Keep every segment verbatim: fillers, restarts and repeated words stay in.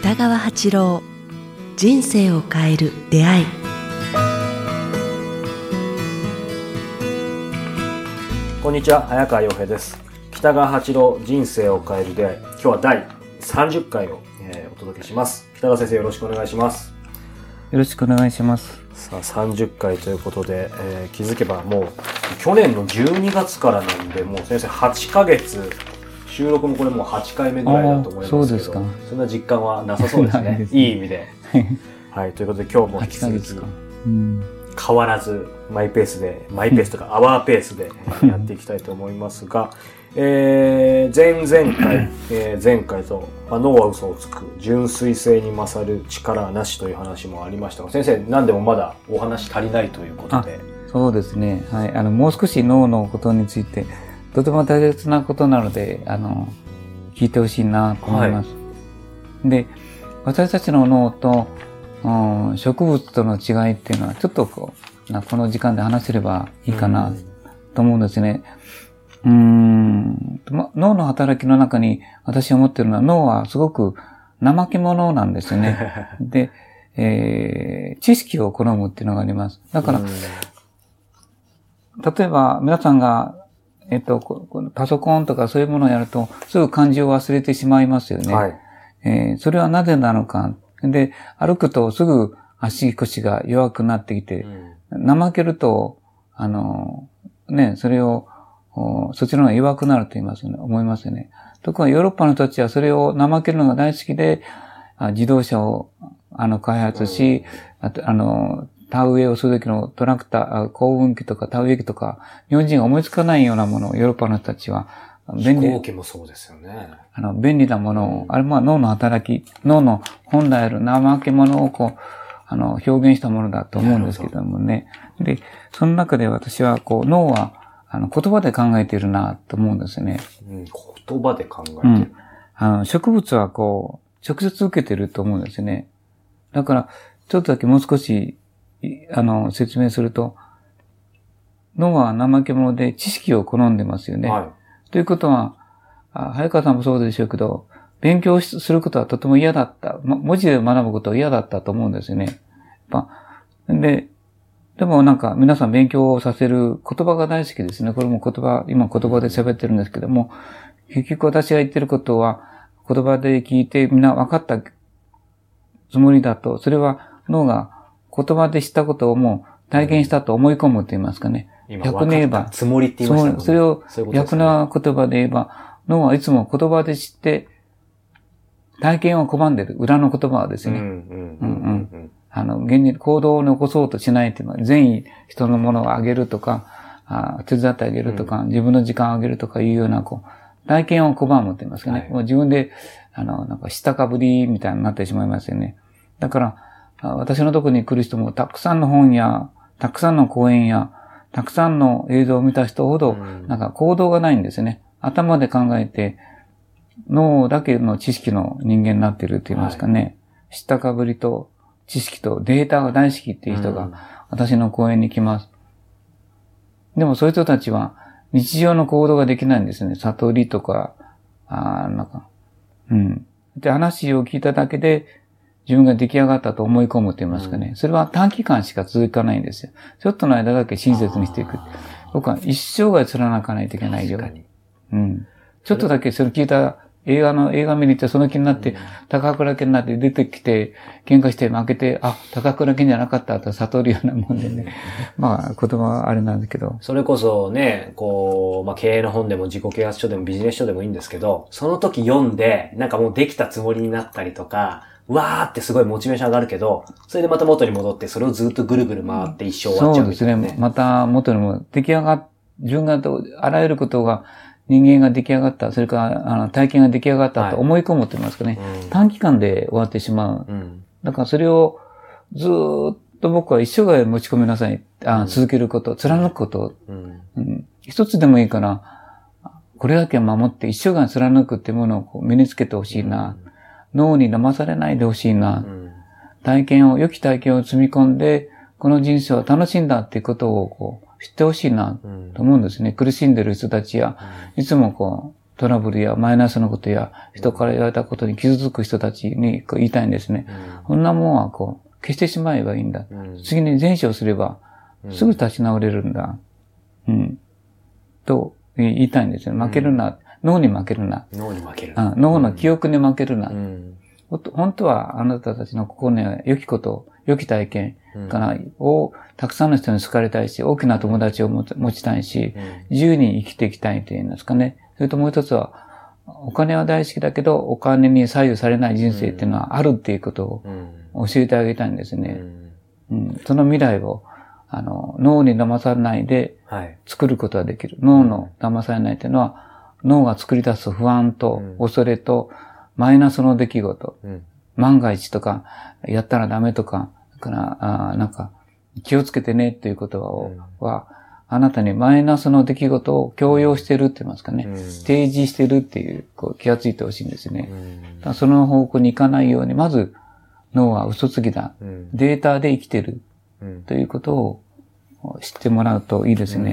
北川八郎、人生を変える出会い。 こんにちは、早川洋平です。北川八郎、人生を変える出会い。今日はだいさんじゅっかいを、えー、お届けします。北川先生、よろしくお願いします。 よろしくお願いします。 さあ、さんじゅっかいということで、えー、気づけばもう去年のじゅうにがつからなんで、もう先生はちかげつ、収録もこれもうはちかいめぐらいだと思いますけど、 そうですか。 そんな実感はなさそうですね。いい意味で。はい、ということで今日も引き続き、うん、変わらずマイペースで、マイペースとかアワーペースでやっていきたいと思いますが、えー、前々回、えー、前回と、まあ、脳は嘘をつく、純粋性に勝る力はなしという話もありましたが、先生、何でもまだお話足りないということで。 そうですね。はい。あの、もう少し脳のことについて、とても大切なことなので、あの、聞いてほしいなと思います。はい、で、私たちの脳と、うん、植物との違いっていうのは、ちょっとこう、この時間で話せればいいかなと思うんですね。うーん、脳の働きの中に私が思っているのは、脳はすごく怠け者なんですよね。で、えー、知識を好むっていうのがあります。だから、例えば皆さんが、えっと、パソコンとかそういうものをやると、すぐ漢字を忘れてしまいますよね。はい、えー、それはなぜなのか。で、歩くとすぐ足腰が弱くなってきて、うん、怠けると、あの、ね、それを、そちらが弱くなると言いますね、思いますよね。特にヨーロッパの人たちはそれを怠けるのが大好きで、自動車を、あの、開発し、うん、あと、あの、田植えをするときのトラクター、耕運機とか田植え機とか、日本人が思いつかないようなものをヨーロッパの人たちは、 便利。飛行機もそうですよね。 あの、便利なものを、うん、あれも脳の働き、脳の本来ある怠け者をこう、あの、表現したものだと思うんですけどもね。で、その中で私はこう、脳は、あの、言葉で考えているなと思うんですね。 うん、言葉で考えてる。 うん。あの、植物はこう、直接受けてると思うんですね。だから、ちょっとだけもう少し、あの、説明すると、脳は怠け者で知識を好んでますよね。はい。ということは、早川さんもそうでしょうけど、勉強することはとても嫌だった。文字で学ぶことは嫌だったと思うんですよね。やっぱで、でもなんか皆さん勉強をさせる言葉が大好きですね。これも言葉、今言葉で喋ってるんですけども、結局私が言ってることは言葉で聞いてみんな分かったつもりだと、それは脳が言葉で知ったことをもう体験したと思い込むと言いますかね。 逆に言えば、つもりって言いましたもんね。 それを逆な言葉で言えば、脳はいつも言葉で知って体験を拒んでる裏の言葉はですね。あの、現に行動を残そうとしないというのは、善意、人のものをあげるとか、あ手伝ってあげるとか、うん、自分の時間をあげるとかいうような、こう、体験を拒むと言いますかね。はい、もう自分で、あの、なんか、知ったかぶりみたいになってしまいますよね。だから、私のところに来る人も、たくさんの本や、たくさんの講演や、たくさんの映像を見た人ほど、なんか行動がないんですね。頭で考えて、脳だけの知識の人間になっていると言いますかね。はい、知ったかぶりと、知識とデータが大好きっていう人が私の講演に来ます。でもそういう人たちは日常の行動ができないんですね。悟りとか、あなんか、うん。で、話を聞いただけで自分が出来上がったと思い込むと言いますかね。それは短期間しか続かないんですよ。ちょっとの間だけ親切にしていく。僕は一生涯貫かないといけないよ。確かに。うん。ちょっとだけそれ聞いた映画の、映画見に行ってその気になって、うん、高倉家になって出てきて、喧嘩して負けて、あ、高倉家じゃなかったと悟るようなもんでね。まあ、言葉はあれなんだけど。 それこそね、こう、まあ、経営の本でも自己啓発書でもビジネス書でもいいんですけど、その時読んで、なんかもうできたつもりになったりとか、わーってすごいモチベーション上がるけど、それでまた元に戻って、それをずっとぐるぐる回って一生終わっちゃうみたいな、ね。 そうですね。また元にも出来上がっ、自分があらゆることが、人間が出来上がった、それからあの体験が出来上がったと思い込むと言いますかね、はいうん。短期間で終わってしまう。うん、だからそれをずーっと僕は一生涯持ち込みなさい。あ、うん、続けること、貫くこと、うんうん。一つでもいいから、これだけ守って一生涯貫くっていうものをこう身につけてほしいな、うん。脳に騙されないでほしいな、うん。体験を、良き体験を積み込んで、この人生を楽しんだっていうことをこう、知ってほしいな、と思うんですね、うん。苦しんでる人たちや、いつもこう、 トラブルやマイナスのことや人から言われたことに傷つく人たちにこう言いたいんですね。うん、そんなもんはこう消してしまえばいいんだ。うん、次に前処すればすぐ立ち直れるんだ。うん。と言いたいんですよ。負けるな。うん、脳に負けるな。 脳に負けるな。 脳の記憶に負けるな。うん、本当はあなたたちの心には良きこと、良き体験かな、うん、をたくさんの人に好かれたいし、大きな友達を持ちたいし、うん、自由に生きていきたいというんですかね。それともう一つは、お金は大好きだけど、お金に左右されない人生っていうのはあるっていうことを教えてあげたいんですね。うんうん、その未来を、あの、脳に騙されないで作ることができる。はい、脳の騙されないっていうのは、脳が作り出す不安と恐れとマイナスの出来事、うん、万が一とか、やったらダメとか、だからあなんか気をつけてねっていう言葉を、うん、は、あなたにマイナスの出来事を強要してるって言いますかね。うん、提示してるっていう、こう気がついてほしいんですね。うん、だからその方向に行かないように、まず脳は嘘つきだ。うん、データで生きてる。うん、ということを知ってもらうといいですね。うん、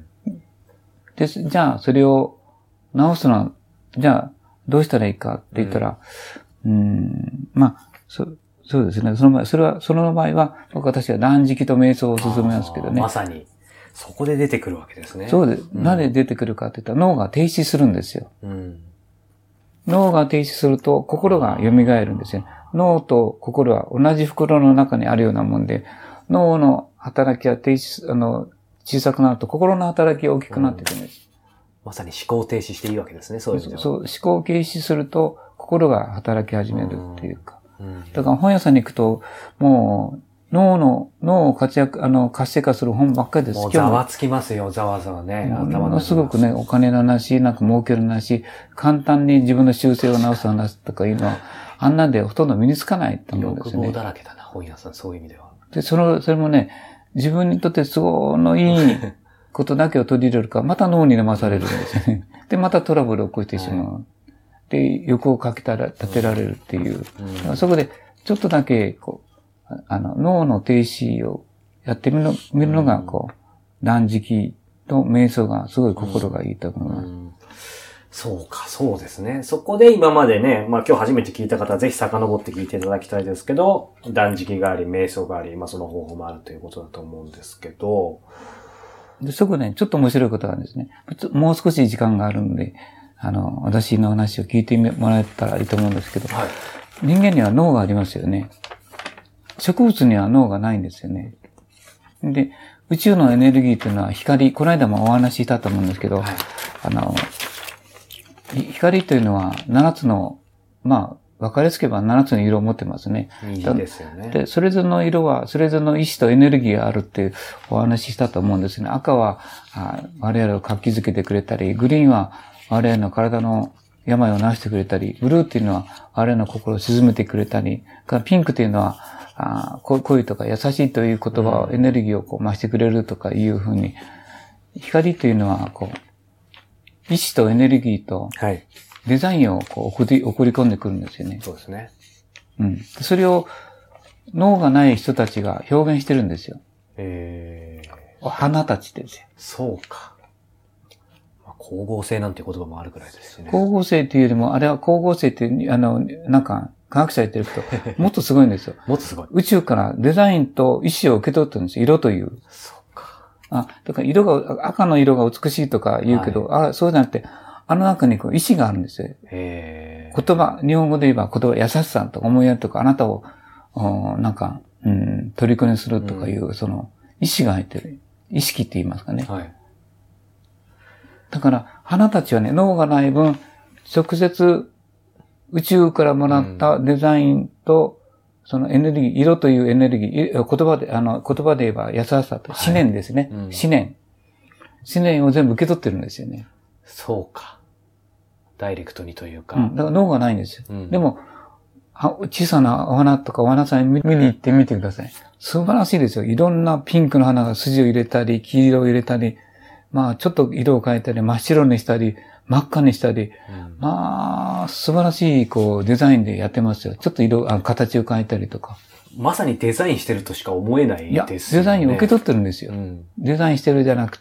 です。じゃあ、それを直すのは、じゃあ、どうしたらいいかって言ったら、うん、うんまあ、そ、そうですね。その場合、それは、その場合は、僕私は断食と瞑想を勧めますけどね。 まさに。そこで出てくるわけですね。 そうです。うん、なぜ出てくるかって言ったら、脳が停止するんですよ。うん、脳が停止すると、心が蘇るんですよ。脳と心は同じ袋の中にあるようなもんで、脳の働きは停止、あの、小さくなると、心の働きが大きくなっていくんです。 うん、まさに思考停止していいわけですね、そういう意味では。 そう、思考停止すると、心が働き始めるっていうか。うんうん、だから本屋さんに行くと、もう、脳の、脳を活躍、あの、活性化する本ばっかりです。 もうざわつきますよ、ざわざわね。 頭のすごくね、お金の話、なんか儲ける話、簡単に自分の習性を直す話とかいうのは、あんなんでほとんど身につかないと思うんですよね。 欲望だらけだな、本屋さん、そういう意味では。 で、その、それもね、自分にとって都合のいいことだけを取り入れるか、また脳に騙されるんですよね。で、またトラブルを起こしてしまう。はい、で、欲をかき立てられるっていう。うん、そこで、ちょっとだけ、こう、あの、脳の停止をやってみるの、見るのが、こう、断食と瞑想がすごい心がいいと思います。うんうん、 そうか、そうですね。そこで今までね、まあ今日初めて聞いた方はぜひ遡って聞いていただきたいですけど、断食があり、瞑想があり、まあその方法もあるということだと思うんですけど。 で、そこね、ちょっと面白いことがあるんですね。もう少し時間があるので、あの、私の話を聞いてもらえたらいいと思うんですけど、はい、人間には脳がありますよね。植物には脳がないんですよね。で、宇宙のエネルギーというのは光、この間もお話ししたと思うんですけど、はい、あの、光というのはななつの、まあ、分かりつけばななつの色を持ってますね。 いいですよね。 で、それぞれの色は、それぞれの意志とエネルギーがあるっていうお話ししたと思うんですね。赤は、あ我々を活気づけてくれたり、グリーンは我々の体の病を治してくれたり、ブルーっていうのは我々の心を沈めてくれたり、ピンクというのは、あ恋とか優しいという言葉を、エネルギーをこう増してくれるとかいうふうに、光というのは、こう、意志とエネルギーと、デザインをこう送り、送り込んでくるんですよね。 そうですね。 うん。それを、脳がない人たちが表現してるんですよ。 えー、花たちですよ。 そうか。光合成なんて言葉もあるくらいですね。 光合成っていうよりも、あれは光合成って、あの、なんか、科学者言ってると、もっとすごいんですよ。 もっとすごい。 宇宙からデザインと意思を受け取ってるんですよ。色という。 そうか。 あ、だから色が、赤の色が美しいとか言うけど、はい、あ、そうじゃなくて、あの中にこう意思があるんですよ。 へ言葉、日本語で言えば言葉、優しさとか思いやりとか、あなたを、なんか、うん、虜にするとかいう、うん、その、意思が入ってる。意識って言いますかね。はい。だから、花たちはね、脳がない分、直接、宇宙からもらったデザインと、そのエネルギー、色というエネルギー、言葉で、あの、言葉で言えば優しさと、思念ですね。はいうん、思念。思念を全部受け取ってるんですよね。 そうか。ダイレクトにというか。 うん、だから脳がないんですよ。うん、でも、小さなお花とかお花さん見に行ってみてください。素晴らしいですよ。いろんなピンクの花が筋を入れたり、黄色を入れたり、まあ、ちょっと色を変えたり、真っ白にしたり、真っ赤にしたり、うん、まあ、素晴らしい、こう、デザインでやってますよ。ちょっと色、あ形を変えたりとか。 まさにデザインしてるとしか思えないですよね。 いや、デザインを受け取ってるんですよ。うん、デザインしてるじゃなくて、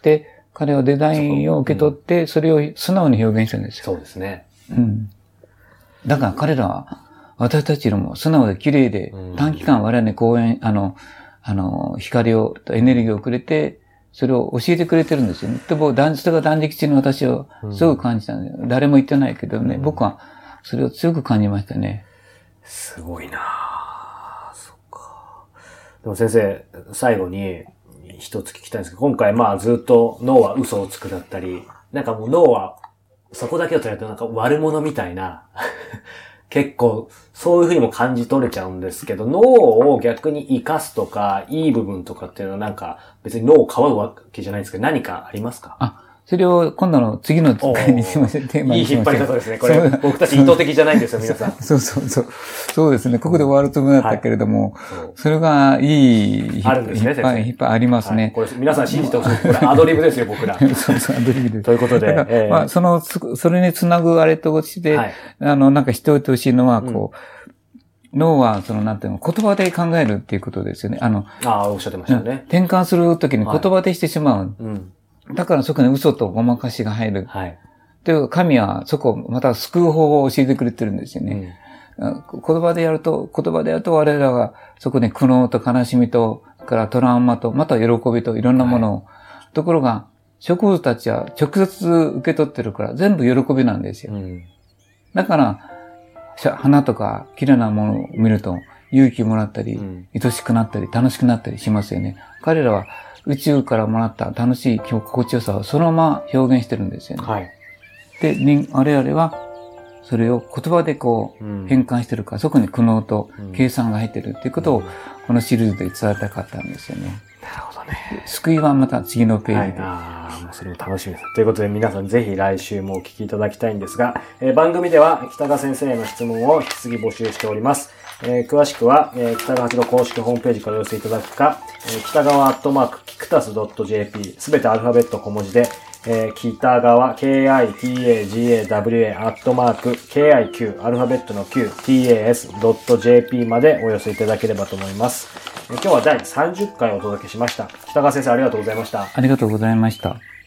彼はデザインを受け取って、それを素直に表現したんですよ。 そうですね。 うん。だから彼らは、私たちよりも素直で綺麗で、短期間我々に講演、あの、あの、光を、エネルギーをくれて、それを教えてくれてるんですよね。でも、それが断食中に私はすぐ感じたんで、うん、誰も言ってないけどね、うん、僕はそれを強く感じましたね。 すごいなぁ。そっか。でも先生、最後に一つ聞きたいんですけど、今回まあずっと脳は嘘をつくだったり、なんかもう脳はそこだけを捉えるとなんか悪者みたいな、結構そういうふうにも感じ取れちゃうんですけど、脳を逆に活かすとか、いい部分とかっていうのはなんか別に脳をかばうわけじゃないんですけど、何かありますか？ あ、それを今度の次の回にしましょう。テーマにしましょう。 いい引っ張り方ですね。これ僕たち意図的じゃないんですよ、皆さん。 そうそうそう。そうですね。ここで終わるつもりだったけれども、はい、それがいい、 あるんですね、先生。 いっぱいありますね。はい、 これ皆さん信じてほしい。これアドリブですよ、僕ら。 そうそう、アドリブです。 ということで。 えー、まあ、その、それにつなぐあれとして、はい、あの、なんか知っておいてほしいのは、こう、うん、脳は、その、なんていうの、言葉で考えるっていうことですよね。あの、 ああ、おっしゃってましたね。 転換するときに言葉でしてしまう。はい、 うんだからそこに嘘とごまかしが入る。 はい。 で、神はそこをまた救う方法を教えてくれてるんですよね。うん、言葉でやると、言葉でやると我々がそこに苦悩と悲しみと、からトラウマと、また喜びといろんなものを。はい、ところが、植物たちは直接受け取ってるから全部喜びなんですよ。うん、だから、花とか綺麗なものを見ると勇気もらったり、うん、愛しくなったり楽しくなったりしますよね。彼らは宇宙からもらった楽しい心地よさをそのまま表現してるんですよね。はい。で、我々はそれを言葉でこう変換してるから、うん、そこに苦悩と計算が入ってるっていうことをこのシリーズで伝えたかったんですよね。 なるほどね。 救いはまた次のページで。 はい、ああ、もうそれも楽しみです。ということで皆さんぜひ来週もお聞きいただきたいんですが、えー、番組では北川先生への質問を引き続き募集しております。えー、詳しくは、えー、北川八郎公式ホームページからお寄せいただくか、えー、北川アットマークキクタス .jp すべてアルファベット小文字で、えー、北川 ケーアイティーエージーエーダブリューエー アットマーク ケーアイキュー アルファベットの Q ティーエーエス .jp までお寄せいただければと思います。えー、今日はだいさんじゅっかいお届けしました。北川先生ありがとうございました。 ありがとうございました。